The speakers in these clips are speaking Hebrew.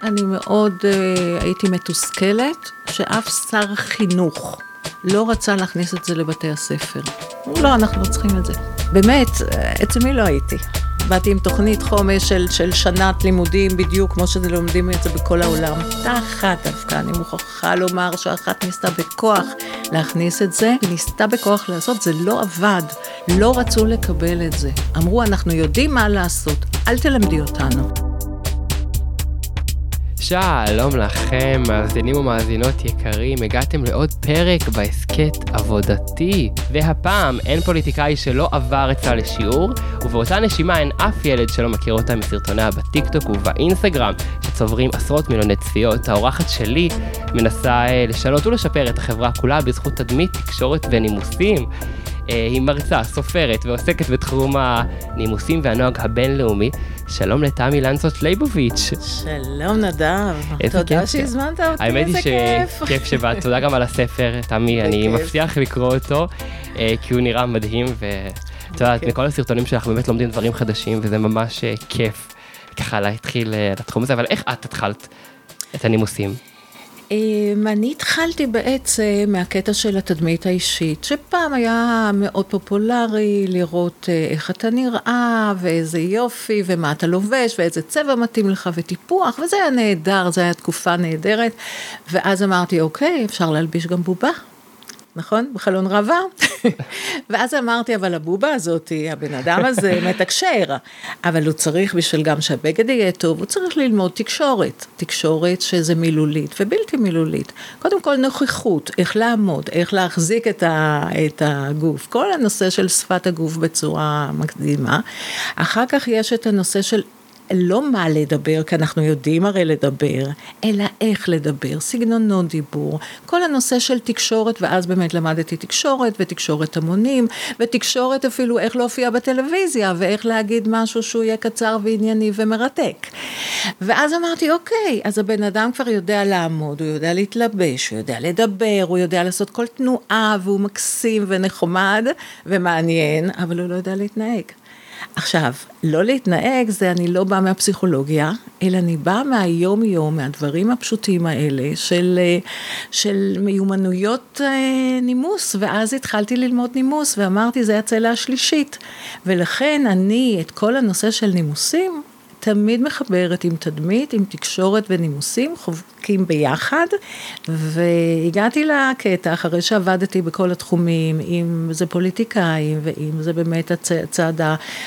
אני מאוד הייתי מתוסכלת שאף שר חינוך לא רצה להכניס את זה לבתי הספר. לא, אנחנו לא צריכים את זה. באמת, אצל מי לא הייתי? באתי עם תוכנית חומש של שנת לימודים, בדיוק כמו שזה לומדים את זה בכל העולם. אחת דווקא, אני מוכרחה לומר שאחת ניסתה בכוח להכניס את זה, וניסתה בכוח לעשות, זה לא עבד, לא רצו לקבל את זה. אמרו, אנחנו יודעים מה לעשות, אל תלמדי אותנו. שלום לכם, מאזינים ומאזינות יקרים, הגעתם לעוד פרק בהסקט עבודתי, והפעם אין פוליטיקאי שלא עבר אצלה לשיעור, ובאותה נשימה אין אף ילד שלא מכיר אותה מסרטוניה בטיקטוק ובאינסטגרם, שצוברים עשרות מיליוני צפיות. האורחת שלי מנסה לשנות ולשפר את החברה כולה בזכות תדמית, תקשורת ונימוסים. היא מרצה, סופרת ועוסקת בתחום הנימוסים והנוהג הבינלאומי. שלום לתמי לנסות לייבוביץ'. שלום נדב, תודה שהזמנת אותי, האמת איזה כיף. כיף שבאת, תודה גם על הספר, תמי, אני מבטיח לקרוא אותו, כי הוא נראה מדהים, ואת יודעת, מכל הסרטונים שלך באמת לומדים דברים חדשים, וזה ממש כיף ככה להתחיל לתחום הזה. אבל איך את התחלת את הנימוסים? אני התחלתי בעצם מהקטע של התדמית האישית, שפעם היה מאוד פופולרי לראות איך אתה נראה, ואיזה יופי, ומה אתה לובש, ואיזה צבע מתאים לך, וטיפוח, וזה היה נהדר, זו הייתה תקופה נהדרת, ואז אמרתי, אוקיי, אפשר להלביש גם בובה. נכון? בחלון רבה. ואז אמרתי, אבל הבובה הזאת, הבן אדם הזה מתקשר, אבל הוא צריך בשביל גם שהבגד יהיה טוב, הוא צריך ללמוד תקשורת. תקשורת שזה מילולית ובלתי מילולית. קודם כל נוכחות, איך לעמוד, איך להחזיק את הגוף. כל הנושא של שפת הגוף בצורה מקדימה. אחר כך יש את הנושא של לא מה לדבר, כי אנחנו יודעים הרי לדבר, אלא איך לדבר, סגנונו דיבור, כל הנושא של תקשורת, ואז באמת למדתי תקשורת, ותקשורת המונים, ותקשורת אפילו איך להופיע בטלוויזיה, ואיך להגיד משהו שהוא יהיה קצר וענייני ומרתק. ואז אמרתי, אוקיי, אז הבן אדם כבר יודע לעמוד, הוא יודע להתלבש, הוא יודע לדבר, הוא יודע לעשות כל תנועה, והוא מקסים ונחמד ומעניין, אבל הוא לא יודע להתנהג. עכשיו, לא להתנהג זה אני לא באה מהפסיכולוגיה, אלא אני באה מהיום יום, מהדברים הפשוטים האלה, של מיומנויות נימוס, ואז התחלתי ללמוד נימוס, ואמרתי, זה הצלע השלישית, ולכן אני את כל הנושא של נימוסים, תמיד מחברת עם תדמית, עם תקשורת ונימוסים, חובקים ביחד, והגעתי לקטע, אחרי שעבדתי בכל התחומים, אם זה פוליטיקאים, ואם זה באמת הצד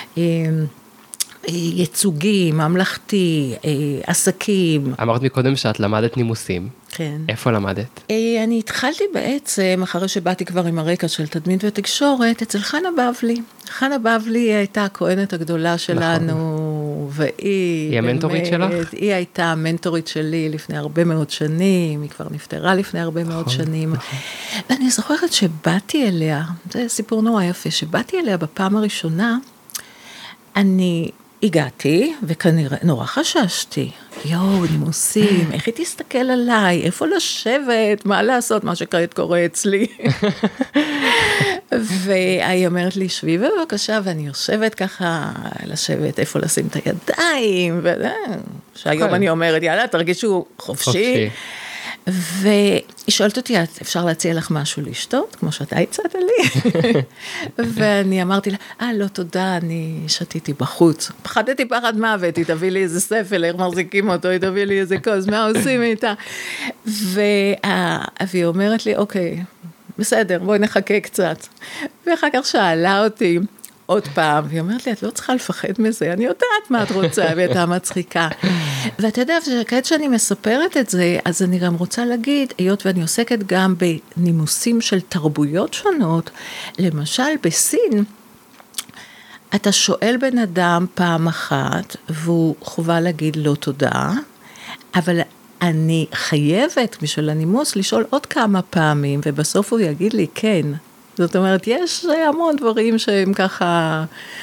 ייצוגי, ממלכתי, עסקים. אמרת מקודם שאת למדת נימוסים. כן. איפה למדת? אני התחלתי בעצם, אחרי שבאתי כבר עם הרקע של תדמית ותקשורת, אצל חנה בבלי. חנה בבלי הייתה הכהנת הגדולה שלנו, והיא... היא המנטורית שלך? היא הייתה המנטורית שלי לפני הרבה מאוד שנים, היא כבר נפטרה לפני הרבה מאוד שנים. ואני זוכרת שבאתי אליה, זה סיפור נורא יפה, שבאתי אליה בפעם הראשונה, אני הגעתי, וכנראה נורא חששתי, נימוסים, איך היא תסתכל עליי, איפה לשבת, מה לעשות, מה שכעת קורה אצלי. והיא אומרת לי, שבי בבקשה, ואני יושבת ככה, לשבת, איפה לשים את הידיים, שהיום אני אומרת, יאללה, תרגישו חופשי. והיא שואלת אותי, אפשר להציע לך משהו לשתות, כמו שאתה הצעת לי? ואני אמרתי לה, לא תודה, אני שתיתי בחוץ. פחדתי פחד מוות, היא תביא לי איזה ספל, איך מחזיקים אותו, היא תביא לי איזה כוס, מה עושים איתה? והיא אומרת לי, אוקיי, בסדר, בואי נחכה קצת. ואחר כך שאלה אותי, עוד פעם, והיא אומרת לי, את לא צריכה לפחד מזה, אני יודעת מה את רוצה, והייתה מצחיקה. ואתה יודע, כעת שאני מספרת את זה, אז אני גם רוצה להגיד, היות ואני עוסקת גם בנימוסים של תרבויות שונות, למשל בסין, אתה שואל בן אדם פעם אחת, והוא חובה להגיד לא תודה, אבל אני חייבת בשביל הנימוס לשאול עוד כמה פעמים, ובסוף הוא יגיד לי כן. זאת אומרת, יש המון דברים שהם ככה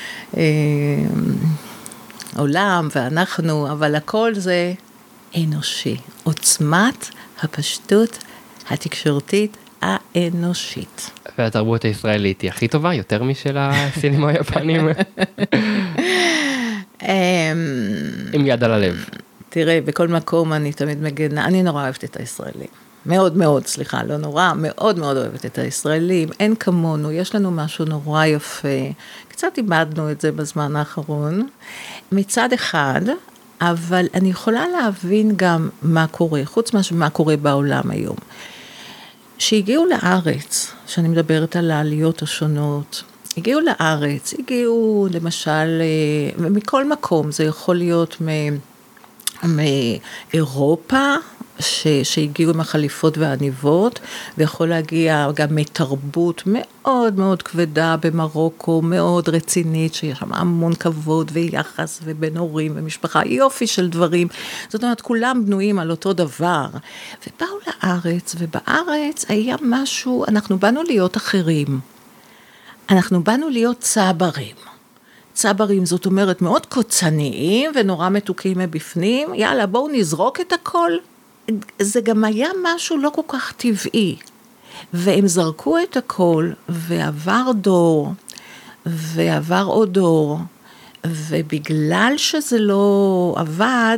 עולם ואנחנו, אבל הכל זה אנושי. עוצמת הפשטות התקשורתית האנושית. והתרבות הישראלית היא הכי טובה, יותר משל הסינמה היפנים? עם יד על הלב. תראה, בכל מקום אני תמיד מגנה, אני נורא אוהבת את הישראלים. מאוד מאוד, סליחה, לא נורא, מאוד מאוד אוהבת את הישראלים. אין כמונו, יש לנו משהו נורא יפה. קצת איבדנו את זה בזמן האחרון. מצד אחד, אבל אני יכולה להבין גם מה קורה, חוץ מה קורה בעולם היום. שהגיעו לארץ, שאני מדברת על העליות השונות, הגיעו לארץ, הגיעו למשל, מכל מקום, זה יכול להיות מאירופה, שהגיעו עם החליפות והעניבות, ויכול להגיע גם מתרבות מאוד מאוד כבדה במרוקו, מאוד רצינית, שיש שם המון כבוד ויחס ובין הורים ומשפחה, יופי של דברים. זאת אומרת, כולם בנויים על אותו דבר. ובאו לארץ, ובארץ היה משהו, אנחנו באנו להיות אחרים. אנחנו באנו להיות צברים. צברים, זאת אומרת, מאוד קוצניים ונורא מתוקים מבפנים. יאללה, בואו נזרוק את הכל. זה גם היה משהו לא כל כך טבעי, והם זרקו את הכל, ועבר דור, ועבר עוד דור, ובגלל שזה לא עבד,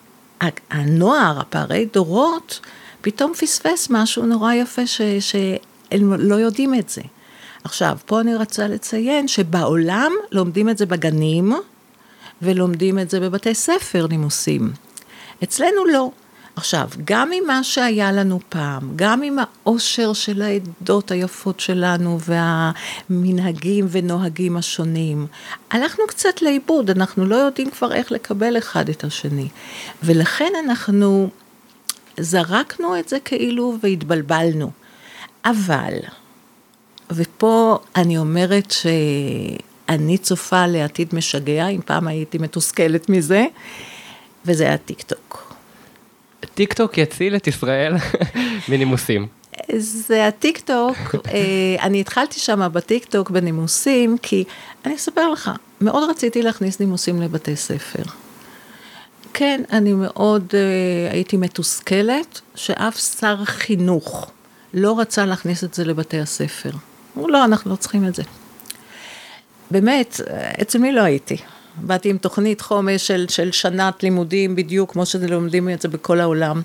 הנוער, הפערי דורות, פתאום פספס משהו נורא יפה שהם לא יודעים את זה. עכשיו, פה אני רוצה לציין שבעולם לומדים את זה בגנים, ולומדים את זה בבתי ספר נימוסים. אצלנו לא. עכשיו, גם עם מה שהיה לנו פעם, גם עם העושר של העדות היפות שלנו, והמנהגים ונוהגים השונים, הלכנו קצת לאיבוד, אנחנו לא יודעים כבר איך לקבל אחד את השני. ולכן אנחנו זרקנו את זה כאילו והתבלבלנו. אבל, ופה אני אומרת שאני צופה לעתיד משגע, אם פעם הייתי מתוסכלת מזה, וזה היה טיקטוק. טיקטוק יציל את ישראל מנימוסים. זה הטיקטוק, אני התחלתי שם בטיקטוק בנימוסים, כי אני אספר לך, מאוד רציתי להכניס נימוסים לבתי ספר. כן, אני מאוד הייתי מתוסכלת, שאף שר חינוך לא רצה להכניס את זה לבתי הספר. הוא לא, אנחנו לא צריכים את זה. באמת, אצל מי לא הייתי? באתי עם תוכנית חומש של שנת לימודים, בדיוק כמו שזה לומדים את זה בכל העולם.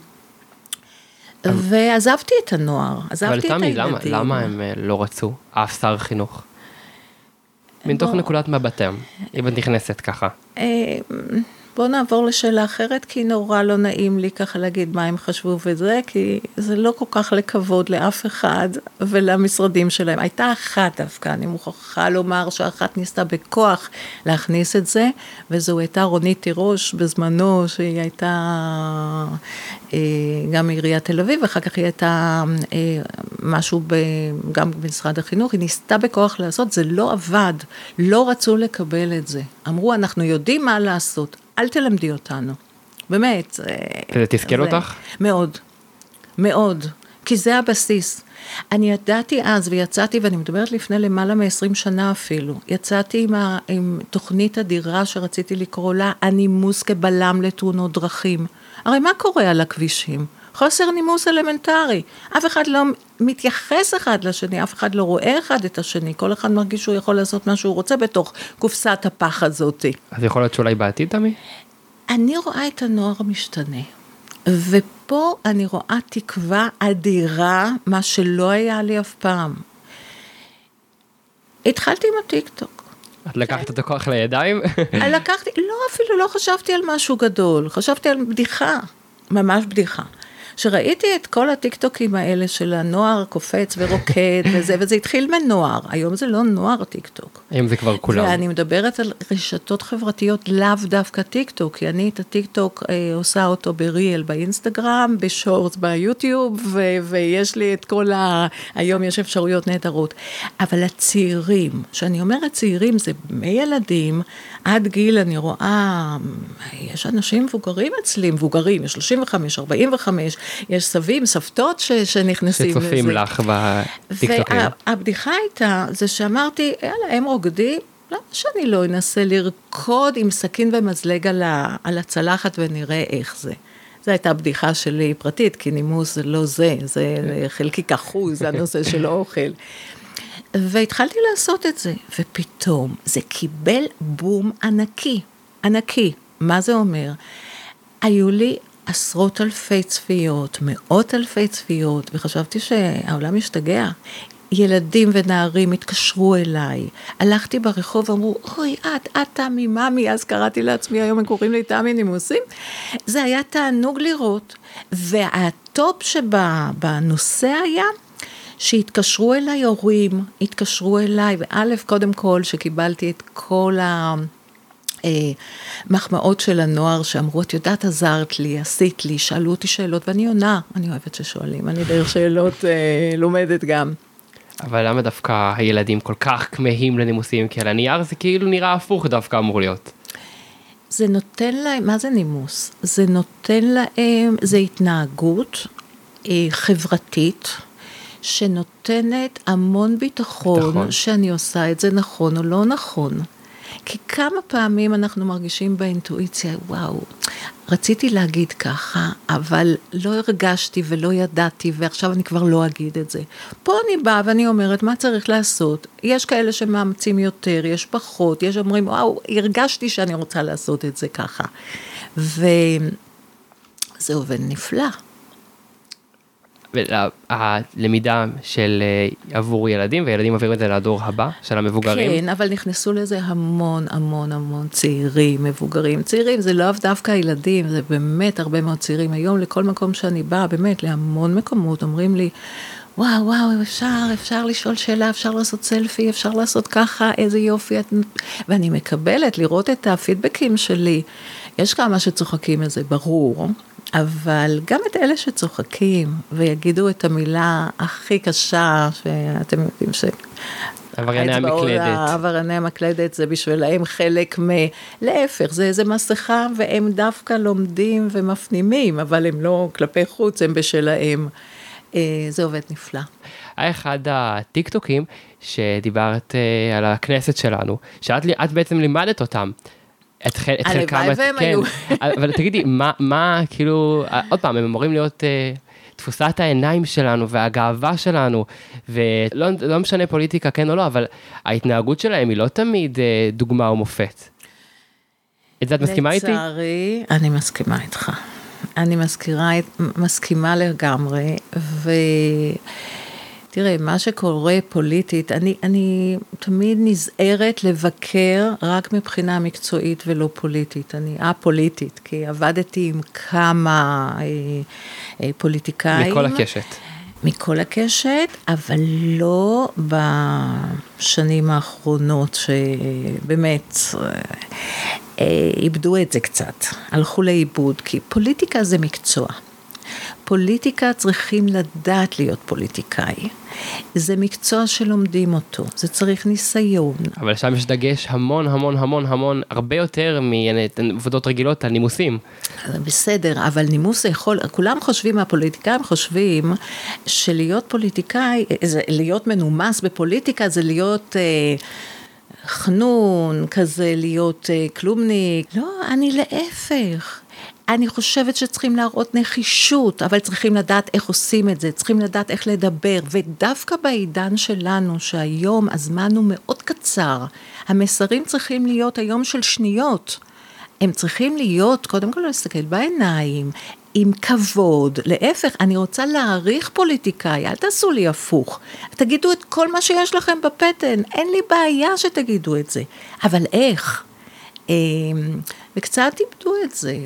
ועזבתי את הנוער, עזבתי את הילדים. אבל תמי, למה הם לא רצו? אף שר חינוך. מתוך נקודת מבטם, אם את נכנסת ככה. בואו נעבור לשאלה אחרת, כי נורא לא נעים לי ככה להגיד מה הם חשבו וזה, כי זה לא כל כך לכבוד לאף אחד ולמשרדים שלהם. הייתה אחת דווקא, אני מוכרחה לומר שאחת ניסתה בכוח להכניס את זה, וזו הייתה רונית תירוש בזמנו, שהיא הייתה גם מעיריית תל אביב, ואחר כך היא הייתה משהו גם במשרד החינוך, היא ניסתה בכוח לעשות, זה לא עבד, לא רצו לקבל את זה. אמרו, אנחנו יודעים מה לעשות, אל תלמדי אותנו. באמת. וזה תסכל אותך? מאוד, מאוד, כי זה הבסיס. אני ידעתי אז ויצאתי, ואני מדברת לפני למעלה מ-20 שנה אפילו, יצאתי עם תוכנית אדירה שרציתי לקרוא לה, הנימוס כבלם לתאונות דרכים. הרי מה קורה על הכבישים? חוסר נימוס אלמנטרי. אף אחד לא מתייחס אחד לשני, אף אחד לא רואה אחד את השני, כל אחד מרגיש שהוא יכול לעשות מה שהוא רוצה בתוך קופסת הפח הזאת. אז יכול להיות שאולי בעתיד, תמי? אני רואה את הנוער המשתנה, ופה אני רואה תקווה אדירה, מה שלא היה לי אף פעם. התחלתי עם הטיקטוק. את לקחת את הכוח לידיים? לקחתי, לא, אפילו לא חשבתי על משהו גדול, חשבתי על בדיחה, ממש בדיחה. שראיתי את כל הטיקטוקים האלה של הנוער קופץ ורוקד וזה, וזה התחיל מנוער, היום זה לא נוער טיקטוק. היום זה כבר כולם. ואני מדברת על רשתות חברתיות, לאו דווקא טיקטוק, כי אני את הטיקטוק עושה אותו בריאל באינסטגרם, בשורטס ביוטיוב, ויש לי את כל היום יש אפשרויות נהדרות. אבל הצעירים, שאני אומרת צעירים, זה מילדים, עד גיל אני רואה, יש אנשים מבוגרים אצלי, מבוגרים, יש 35, 45, יש סבים, סבתות שנכנסים לזה. שצופים לך בטיקטוקים. והבדיחה הייתה, זה שאמרתי, יאללה, הם רוקדים, למה שאני לא אנסה לרקוד עם סכין ומזלג על הצלחת ונראה איך זה. זו הייתה בדיחה שלי פרטית, כי נימוס זה לא זה, זה חלקי כחוז, זה הנושא של האוכל. והתחלתי לעשות את זה, ופתאום זה קיבל בום ענקי, ענקי. מה זה אומר? היו לי עשרות אלפי צפיות, מאות אלפי צפיות, וחשבתי שהעולם משתגע. ילדים ונערים התקשרו אליי, הלכתי ברחוב ואמרו, אוי, את תמי, ממי, אז קראתי לעצמי, היום הם קוראים לי תמי נימוסים. זה היה תענוג לראות, והטופ שבנושא היה, שהתקשרו אליי הורים, התקשרו אליי, וא' קודם כל שקיבלתי את כל המחמאות של הנוער, שאמרו, את יודעת, עזרת לי, עשית לי, שאלו אותי שאלות, ואני עונה, אני אוהבת ששואלים, אני דרך שאלות לומדת גם. אבל למה דווקא הילדים כל כך כמהים לנימוסים? כי על הנייר זה כאילו נראה הפוך דווקא אמור להיות. זה נותן להם, מה זה נימוס? זה נותן להם, זה התנהגות חברתית, שנותנת המון ביטחון שאני עושה את זה נכון או לא נכון. כי כמה פעמים אנחנו מרגישים באינטואיציה, וואו, רציתי להגיד ככה, אבל לא הרגשתי ולא ידעתי, ועכשיו אני כבר לא אגיד את זה. פה אני באה ואני אומרת, מה צריך לעשות? יש כאלה שמאמצים יותר, יש פחות, יש אומרים, וואו, הרגשתי שאני רוצה לעשות את זה ככה. וזה עובד נפלא. הלמידה של עבור ילדים, וילדים מעבירים את זה לדור הבא, של המבוגרים. כן, אבל נכנסו לזה המון, המון, המון צעירים, מבוגרים. צעירים זה לא דווקא ילדים, זה באמת הרבה מאוד צעירים. היום לכל מקום שאני באה, באמת, להמון מקומות, אומרים לי, וואו, וואו, אפשר לשאול שאלה, אפשר לעשות סלפי, אפשר לעשות ככה, איזה יופי. ואני מקבלת לראות את הפידבקים שלי. יש כמה שצוחקים את זה, ברור. אבל גם את אלה שצוחקים, ויגידו את המילה הכי קשה, שאתם יודעים עברייני המקלדת. עברייני המקלדת זה בשבילהם חלק להפך, זה מסכה, והם דווקא לומדים ומפנימים, אבל הם לא כלפי חוץ, הם בשלהם. זה עובד נפלא. היה אחד הטיקטוקים שדיברת על הכנסת שלנו, שאת בעצם לימדת אותם. הלוואי והם היו. אבל תגידי, מה, כאילו, עוד פעם, הם אמורים להיות תפוסת העיניים שלנו, והגאווה שלנו, ולא משנה פוליטיקה, כן או לא, אבל ההתנהגות שלהם היא לא תמיד דוגמה או מופת. את זה את מסכימה איתי? לצערי, אני מסכימה איתך. אני מסכימה לגמרי, תראה, מה שקורה פוליטית, אני תמיד נזהרת לבקר רק מבחינה מקצועית ולא פוליטית. אני א-פוליטית, כי עבדתי עם כמה פוליטיקאים. מכל הקשת. מכל הקשת, אבל לא בשנים האחרונות שבאמת איבדו את זה קצת, הלכו לאיבוד, כי פוליטיקה זה מקצוע. פוליטיקה צריכים לדעת להיות פוליטיקאי. זה מקצוע שלומדים אותו, זה צריך ניסיון. אבל שם יש דגש המון, המון, המון, המון, הרבה יותר מעבודות רגילות על נימוסים. בסדר, אבל נימוס יכול, כולם חושבים, הפוליטיקאים חושבים, שלהיות פוליטיקאי, להיות מנומס בפוליטיקה, זה להיות חנון, כזה להיות כלומניק. לא, אני להפך. אני חושבת שצריכים להראות נחישות, אבל צריכים לדעת איך עושים את זה, צריכים לדעת איך לדבר, ודווקא בעידן שלנו, שהיום הזמן הוא מאוד קצר, המסרים צריכים להיות היום של שניות, הם צריכים להיות, קודם כל להסתכל בעיניים, עם כבוד, להפך, אני רוצה להעריך פוליטיקאי, אל תעשו לי הפוך, תגידו את כל מה שיש לכם בפטן, אין לי בעיה שתגידו את זה, אבל איך? וקצת איבדו את זה,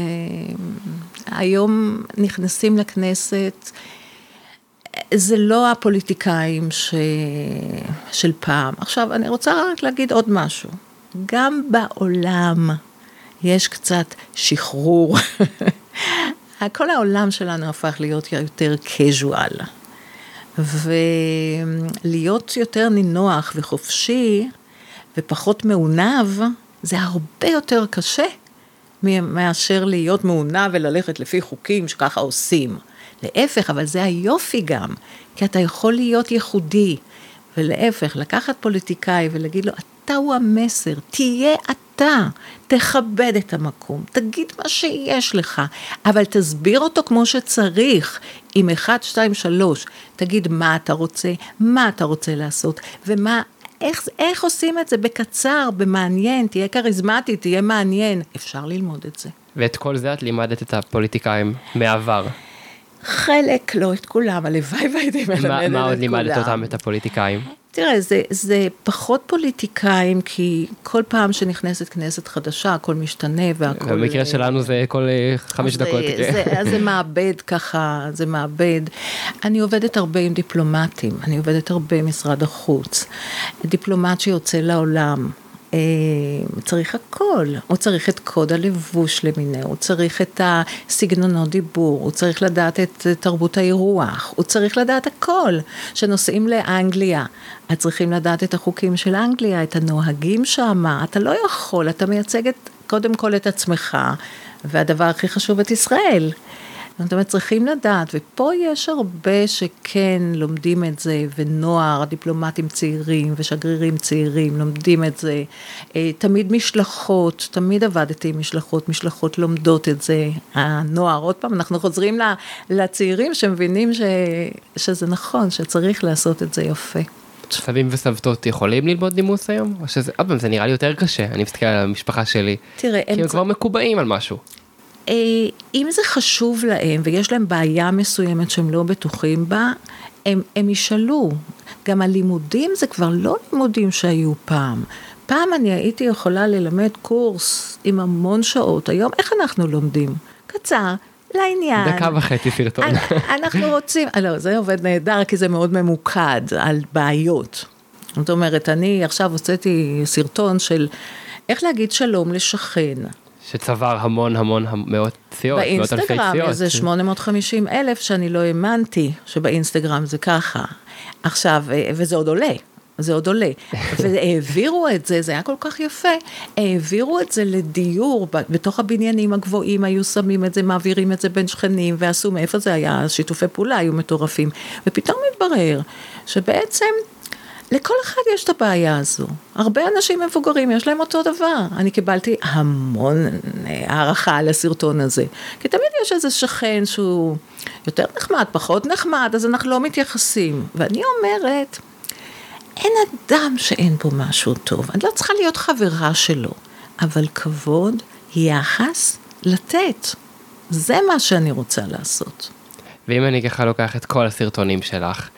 היום נכנסים לכנסת, זה לא הפוליטיקאים של פעם. עכשיו, אני רוצה רק להגיד עוד משהו, גם בעולם יש קצת שחרור, כל העולם שלנו הפך להיות יותר casual, ולהיות יותר נינוח וחופשי, ופחות מעונב, זה הרבה יותר קשה מאשר להיות מעונה וללכת לפי חוקים שככה עושים. להפך, אבל זה היופי גם, כי אתה יכול להיות ייחודי, ולהפך, לקחת פוליטיקאי ולהגיד לו, אתה הוא המסר, תהיה אתה, תכבד את המקום, תגיד מה שיש לך, אבל תסביר אותו כמו שצריך, עם 1, 2, 3, תגיד מה אתה רוצה, מה אתה רוצה לעשות, ומה, איך עושים את זה בקצר, במעניין, תהיה קריזמטי, תהיה מעניין, אפשר ללמוד את זה, ואת כל זה את לימדת את הפוליטיקאים מעבר. חלק, לא את כולם, הלוואי והייתי מלמדת את כולם. מה עוד לימדת אותם את הפוליטיקאים? תראה, זה פחות פוליטיקאים, כי כל פעם שנכנסת כנסת חדשה, הכל משתנה והכל... במקרה שלנו זה כל 5 דקות. זה מעבד ככה, זה מעבד. אני עובדת הרבה עם דיפלומטים, אני עובדת הרבה עם משרד החוץ. דיפלומט שיוצא לעולם, צריך הכל, הוא צריך את קוד הלבוש למיני, הוא צריך את הסגנונות דיבור, הוא צריך לדעת את תרבות האירוח, הוא צריך לדעת הכל. שנוסעים לאנגליה, את צריכים לדעת את החוקים של אנגליה, את הנוהגים שם, אתה לא יכול, אתה מייצג קודם כל את עצמך, והדבר הכי חשוב את ישראל. זאת אומרת, צריכים לדעת, ופה יש הרבה שכן לומדים את זה, ונוער, דיפלומטים צעירים ושגרירים צעירים לומדים את זה, תמיד משלחות, תמיד עבדתי עם משלחות לומדות את זה, הנוער, עוד פעם, אנחנו חוזרים לצעירים שמבינים שזה נכון, שצריך לעשות את זה יפה. סבים וסבתות יכולים ללמוד נימוס היום? או שזה, זה נראה לי יותר קשה, אני מסתכל על המשפחה שלי, תראה, כי הם כבר מקובעים על משהו. אם זה חשוב להם, ויש להם בעיה מסוימת שהם לא בטוחים בה, הם ישאלו. גם הלימודים זה כבר לא לימודים שהיו פעם. פעם אני הייתי יכולה ללמד קורס עם המון שעות. היום איך אנחנו לומדים? קצר, לעניין. 1.5 דקות סרטון. אנחנו רוצים, לא, זה עובד נהדר, כי זה מאוד ממוקד על בעיות. זאת אומרת, אני עכשיו הוצאתי סרטון של איך להגיד שלום לשכן. שצבר המון מאות פציעות, מאות אלפי פציעות. באינסטגרם זה 850,000 שאני לא האמנתי שבאינסטגרם זה ככה. עכשיו, וזה עוד עולה. זה עוד עולה. והעבירו את זה, זה היה כל כך יפה, העבירו את זה לדיור, בתוך הבניינים הגבוהים היו שמים את זה, מעבירים את זה בין שכנים, ועשו מאיפה זה היה, שיתופי פעולה היו מטורפים. ופתאום מתברר שבעצם לכל אחד יש את הבעיה הזו. הרבה אנשים מבוגרים, יש להם אותו דבר. אני קיבלתי המון הערכה על הסרטון הזה. כי תמיד יש איזה שכן שהוא יותר נחמד, פחות נחמד, אז אנחנו לא מתייחסים. ואני אומרת, אין אדם שאין פה משהו טוב. אני לא צריכה להיות חברה שלו. אבל כבוד, יחס, לתת. זה מה שאני רוצה לעשות. ואם אני ככה לוקח את כל הסרטונים שלך,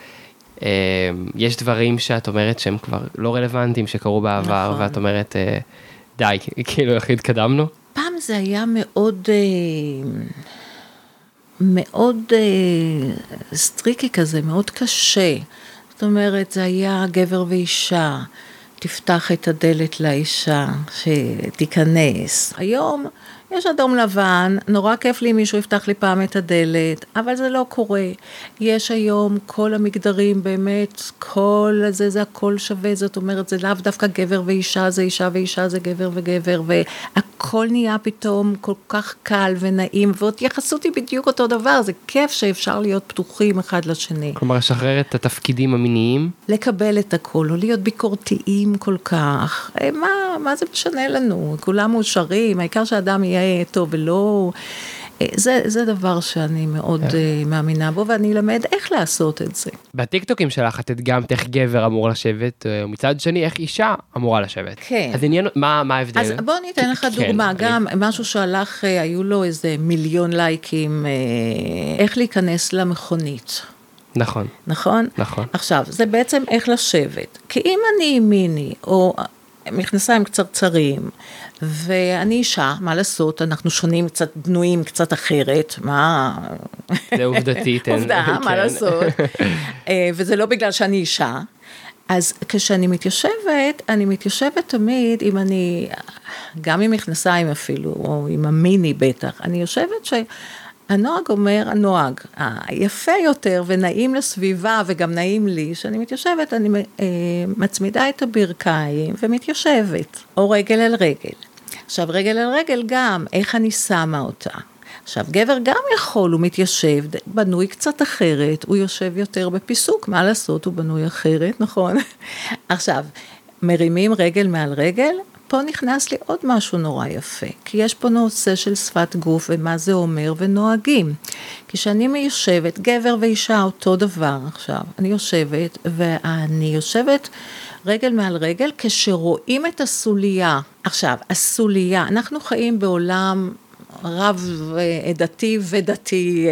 יש דברים שאת אומרת שהם כבר לא רלוונטיים, שקרו בעבר, ואת אומרת, די, כאילו איך התקדמנו? פעם זה היה מאוד סטריקי כזה, מאוד קשה. זאת אומרת, זה היה גבר ואישה, תפתח את הדלת לאישה, שתיכנס. היום יש אדום לבן, נורא כיף לי אם מישהו יפתח לי פעם את הדלת, אבל זה לא קורה. יש היום כל המגדרים באמת, כל זה הכל שווה, זאת אומרת, זה לאו דווקא גבר ואישה, זה אישה ואישה, זה גבר וגבר, והכל נהיה פתאום כל כך קל ונעים, ועוד יחסות היא בדיוק אותו דבר, זה כיף שאפשר להיות פתוחים אחד לשני. כלומר, לשחרר את התפקידים המיניים? לקבל את הכל, לא להיות ביקורתיים כל כך. מה זה משנה לנו? כולם מאושרים, העיקר שאדם יהיה טוב ולא, זה דבר שאני מאוד מאמינה בו, ואני אלמד איך לעשות את זה. בטיקטוקים שלך את הדגמת איך גבר אמור לשבת, ומצד שני איך אישה אמורה לשבת. כן. אז עניין, מה ההבדל? אז בוא ניתן לך דוגמה, גם משהו שהלך, היו לו איזה 1,000,000 לייקים, איך להיכנס למכונית. נכון. נכון? נכון. עכשיו, זה בעצם איך לשבת. כי אם אני מיני, או מכנסיים קצרצרים, ואני אישה, מה לעשות? אנחנו שונים קצת, בנויים קצת אחרת, מה? זה עובדתית. עובדה, מה לעשות? וזה לא בגלל שאני אישה. אז כשאני מתיישבת, אני מתיישבת תמיד, אם אני, גם עם מכנסיים אפילו, או עם המיני בטח, אני יושבת הנוהג אומר, הנוהג, היפה יותר ונעים לסביבה וגם נעים לי, שאני מתיישבת, אני מצמידה את הברכיים ומתיישבת, או רגל על רגל. עכשיו, רגל על רגל גם, איך אני שמה אותה. עכשיו, גבר גם יכול, הוא מתיישב, בנוי קצת אחרת, הוא יושב יותר בפיסוק, מה לעשות, הוא בנוי אחרת, נכון? עכשיו, מרימים רגל מעל רגל, פה נכנס לי עוד משהו נורא יפה, כי יש פה נושא של שפת גוף ומה זה אומר ונוהגים. כשאני מיושבת, גבר ואישה אותו דבר עכשיו, אני יושבת ואני יושבת רגל מעל רגל כשרואים את הסוליה. עכשיו, הסוליה, אנחנו חיים בעולם רב עדתי ודתי,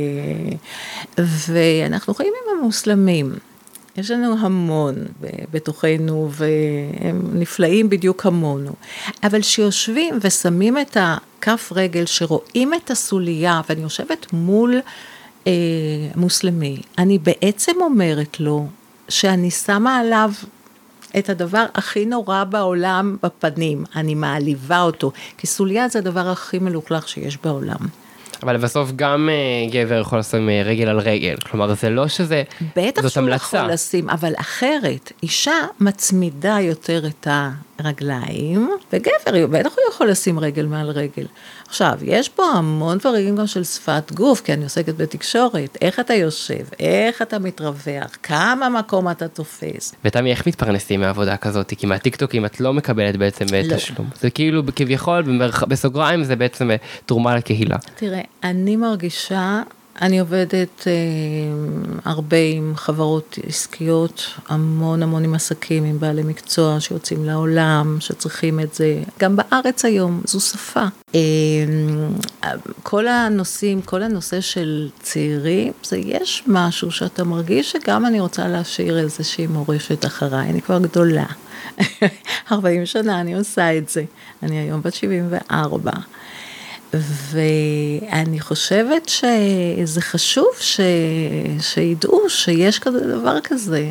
ואנחנו חיים עם המוסלמים. יש לנו המון בתוכנו, והם נפלאים בדיוק כמונו. אבל שיושבים ושמים את הכף רגל, שרואים את הסוליה, ואני יושבת מול מוסלמי, אני בעצם אומרת לו, שאני שמה עליו את הדבר הכי נורא בעולם בפנים, אני מעליבה אותו, כי סוליה זה הדבר הכי מלוכלך שיש בעולם. אבל בסוף גם גבר יכול לשים רגל על רגל, כלומר זה לא שזה, בטח זאת שהוא המלצה. יכול לשים, אבל אחרת, אישה מצמידה יותר את הרגליים, וגבר בטח הוא יכול לשים רגל מעל רגל. עכשיו, יש פה המון דברים גם של שפת גוף, כי אני עוסקת בתקשורת, איך אתה יושב, איך אתה מתרווח, כמה מקום אתה תופס. ותמי, איך מתפרנסים מהעבודה כזאת? כי מהטיקטוקים את לא מקבלת בעצם תשלום. זה כאילו כביכול, בסוגריים זה בעצם תרומה לקהילה. תראה, אני מרגישה, אני עובדת הרבה עם חברות עסקיות, המון עם עסקים, עם בעלי מקצוע שיוצאים לעולם, שצריכים את זה, גם בארץ היום, זו שפה. כל הנושא של צעירים, זה יש משהו שאתה מרגיש שגם אני רוצה להשאיר איזושהי מורשת אחריי, אני כבר גדולה. 40 שנה אני עושה את זה, אני היום בת 74. ואני חושבת שזה חשוב שידעו שיש כזה דבר כזה.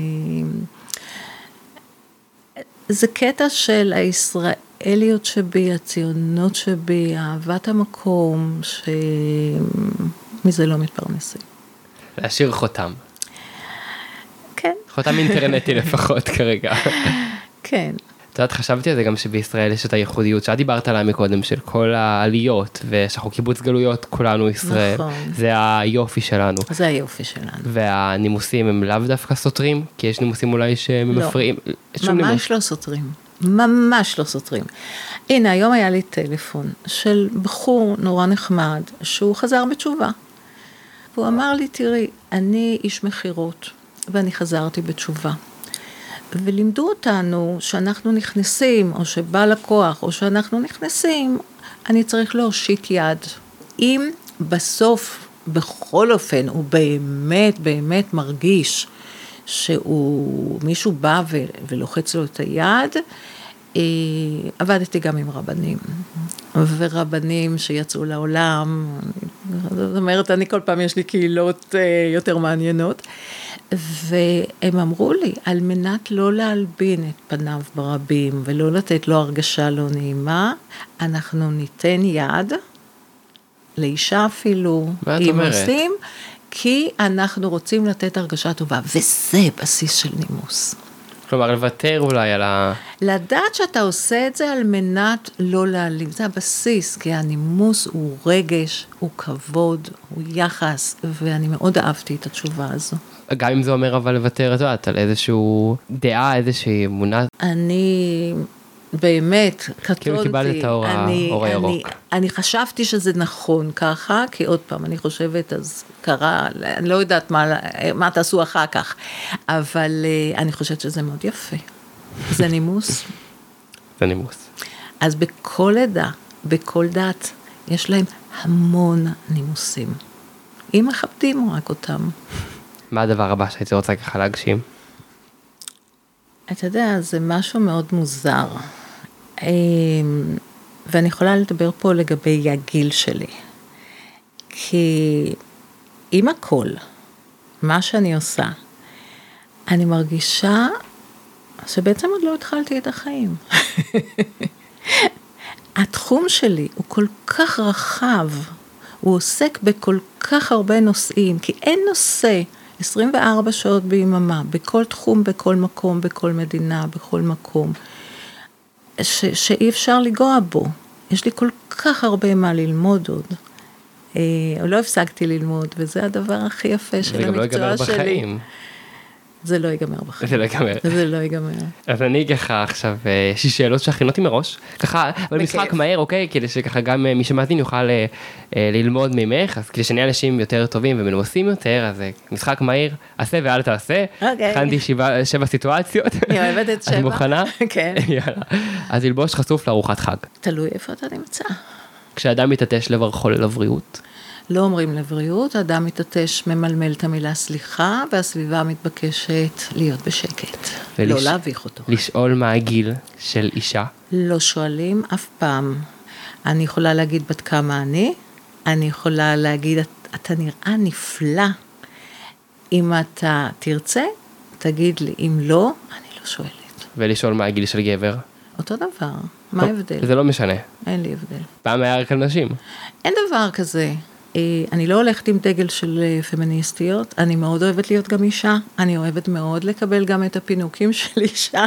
זה קטע של הישראליות שבי, הציונות שבי, אהבת המקום, שמזה לא מתפרנסים. להשאיר חותם. כן. חותם אינטרנטי לפחות כרגע. כן. את יודעת, חשבתי על זה גם שבישראל יש את הייחודיות, שאת דיברת עליה מקודם, של כל העליות, ושאנחנו קיבוץ גלויות, כולנו ישראל. נכון. זה היופי שלנו. זה היופי שלנו. והנימוסים הם לאו דווקא סותרים, כי יש נימוסים אולי שמפריעים. לא, ממש לא סותרים. ממש לא סותרים. הנה, היום היה לי טלפון של בחור נורא נחמד, שהוא חזר בתשובה. והוא אמר לי, תראי, אני איש מחירות, ואני חזרתי בתשובה. ולימדו אותנו שאנחנו נכנסים, או שבא לקוח, או שאנחנו נכנסים, אני צריך להושיט יד. אם בסוף, בכל אופן, הוא באמת מרגיש מישהו בא ולוחץ לו את היד, עבדתי גם עם רבנים, ורבנים שיצאו לעולם, זאת אומרת, אני כל פעם יש לי קהילות יותר מעניינות, והם אמרו לי, על מנת לא להלבין את פניו ברבים, ולא לתת לו הרגשה לא נעימה, אנחנו ניתן יד, לאישה אפילו, אם עושים, כי אנחנו רוצים לתת הרגשה טובה, וזה בסיס של נימוס. כלומר, לוותר אולי על לדעת שאתה עושה את זה על מנת לא להעלים, זה הבסיס, כי הנימוס הוא רגש, הוא כבוד, הוא יחס, ואני מאוד אהבתי את התשובה הזו. גם אם זה אומר אבל לוותר, את יודעת, על איזשהו דעה, איזושהי אמונה. אני באמת, קטונתי. כאילו קיבלת את האור הירוק. אני חשבתי שזה נכון ככה, כי עוד פעם, אני חושבת, אז קרה, אני לא יודעת מה תעשו אחר כך, אבל אני חושבת שזה מאוד יפה. זה נימוס. זה נימוס. אז בכל עדה, בכל דת, יש להם המון נימוסים. אם מכבדים רק אותם. מה הדבר הבא שהייתי רוצה ככה להגשים? אתה יודע, זה משהו מאוד מוזר. ואני יכולה לדבר פה לגבי הגיל שלי. כי עם הכל, מה שאני עושה, אני מרגישה שבעצם עוד לא התחלתי את החיים. התחום שלי הוא כל כך רחב, הוא עוסק בכל כך הרבה נושאים, כי אין נושא 24 שעות ביממה, בכל תחום, בכל מקום, בכל מדינה, בכל מקום, שאי אפשר לגוע בו. יש לי כל כך הרבה מה ללמוד עוד. לא הפסקתי ללמוד, וזה הדבר הכי יפה של המקצוע שלי. זה גם לא ייגמר בחיים. זה לא ייגמר בחיים. זה לא ייגמר. זה לא ייגמר. אז אני ככה עכשיו, יש לי שאלות שהכינותי מראש, ככה, אבל משחק מהר, אוקיי? כדי שככה גם מי שמאזין יוכל ללמוד ממך, אז כדי שנהיה אנשים יותר טובים ומנומסים יותר, אז משחק מהיר, עשה ואל תעשה. אוקיי. הכנתי 7 סיטואציות. אני אוהבת את 7. את מוכנה? כן. יאללה. אז ילבוש חשוף לארוחת חג. תלוי איפה אתה נמצא. כשאדם מתעטש לברכו לבריאות? לא אומרים לבריאות, האדם מתעטש ממלמל את המילה סליחה, והסביבה מתבקשת להיות בשקט. לא להביך אותו. לשאול מה הגיל של אישה? לא שואלים אף פעם. אני יכולה להגיד בת כמה אני יכולה להגיד, אתה נראה נפלא. אם אתה תרצה, תגיד לי, אם לא, אני לא שואלת. ולשאול מה הגיל של גבר? אותו דבר, מה ההבדל? זה לא משנה. אין לי הבדל. פעם היה רק על נשים. אין דבר כזה. אני לא הולכת עם דגל של פמיניסטיות, אני מאוד אוהבת להיות גם אישה, אני אוהבת מאוד לקבל גם את הפינוקים של אישה,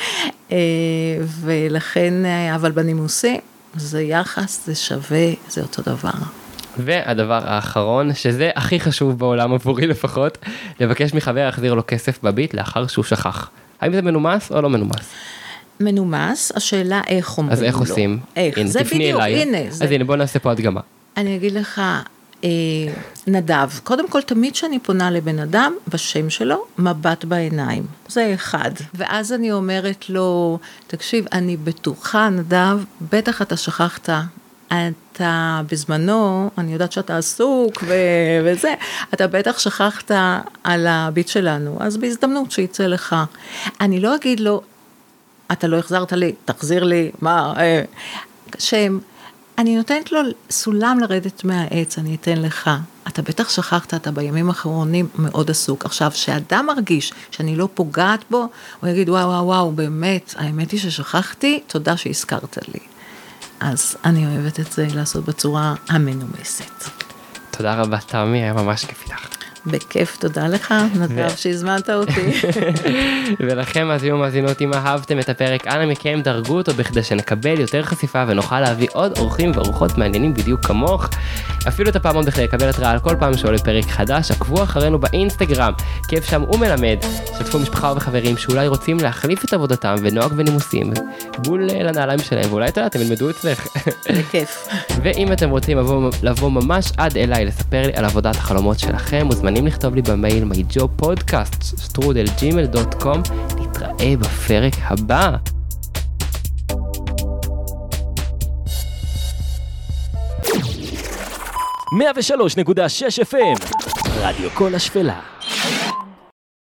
ולכן, אבל בנימוסי, זה יחס, זה שווה, זה אותו דבר. והדבר האחרון, שזה הכי חשוב בעולם עבורי לפחות, לבקש מחבר להחזיר לו כסף בביט לאחר שהוא שכח. האם זה מנומס או לא מנומס? מנומס, השאלה איך אומרים לו. אז איך עושים? איך, זה בדיוק, הנה. אז הנה, בוא נעשה פה הדגמה. אני אגיד לך, נדב, קודם כל תמיד שאני פונה לבן אדם, בשם שלו, מבט בעיניים, זה אחד, ואז אני אומרת לו, תקשיב, אני בטוחה נדב, בטח אתה שכחת, אתה בזמנו, אני יודעת שאתה עסוק וזה, אתה בטח שכחת על הביט שלנו, אז בהזדמנות שיצא לך, אני לא אגיד לו, אתה לא החזרת לי, תחזיר לי, מה, שם, אני נותנת לו סולם לרדת מהעץ, אני אתן לך. אתה בטח שכחת, אתה בימים האחרונים מאוד עסוק. עכשיו, שאדם מרגיש שאני לא פוגעת בו, הוא יגיד, וואו, וואו, וואו, באמת, האמת היא ששכחתי, תודה שהזכרת לי. אז אני אוהבת את זה לעשות בצורה המנומסת. תודה רבה, תמי, היה ממש כיף איתך. בכיף, תודה לך, נדב שהזמנת אותי. ולכם, מאזינות, אם אהבתם את הפרק, אנא מכם דרגו אותו בכדי שנקבל יותר חשיפה ונוכל להביא עוד אורחים ואורחות מעניינים בדיוק כמוך. אפילו את הפעמון בכדי לקבל התראה על כל פעם שעולה פרק חדש, עקבו אחרינו באינסטגרם, כיף שם ומלמד, שתפו משפחה וחברים שאולי רוצים להחליף את עבודתם ונוהג ונימוסים, בול לנעליים שלהם, ואולי אתם ילמדו אצלך. בכיף. ואם אתם רוצים לבוא ממש עד אליי לספר לי על עבודת החלומות שלכם, מוזמנים לכתוב לי במייל myjobpodcast@gmail.com. נתראה בפרק הבא. 103.6 FM, רדיו כל השפלה.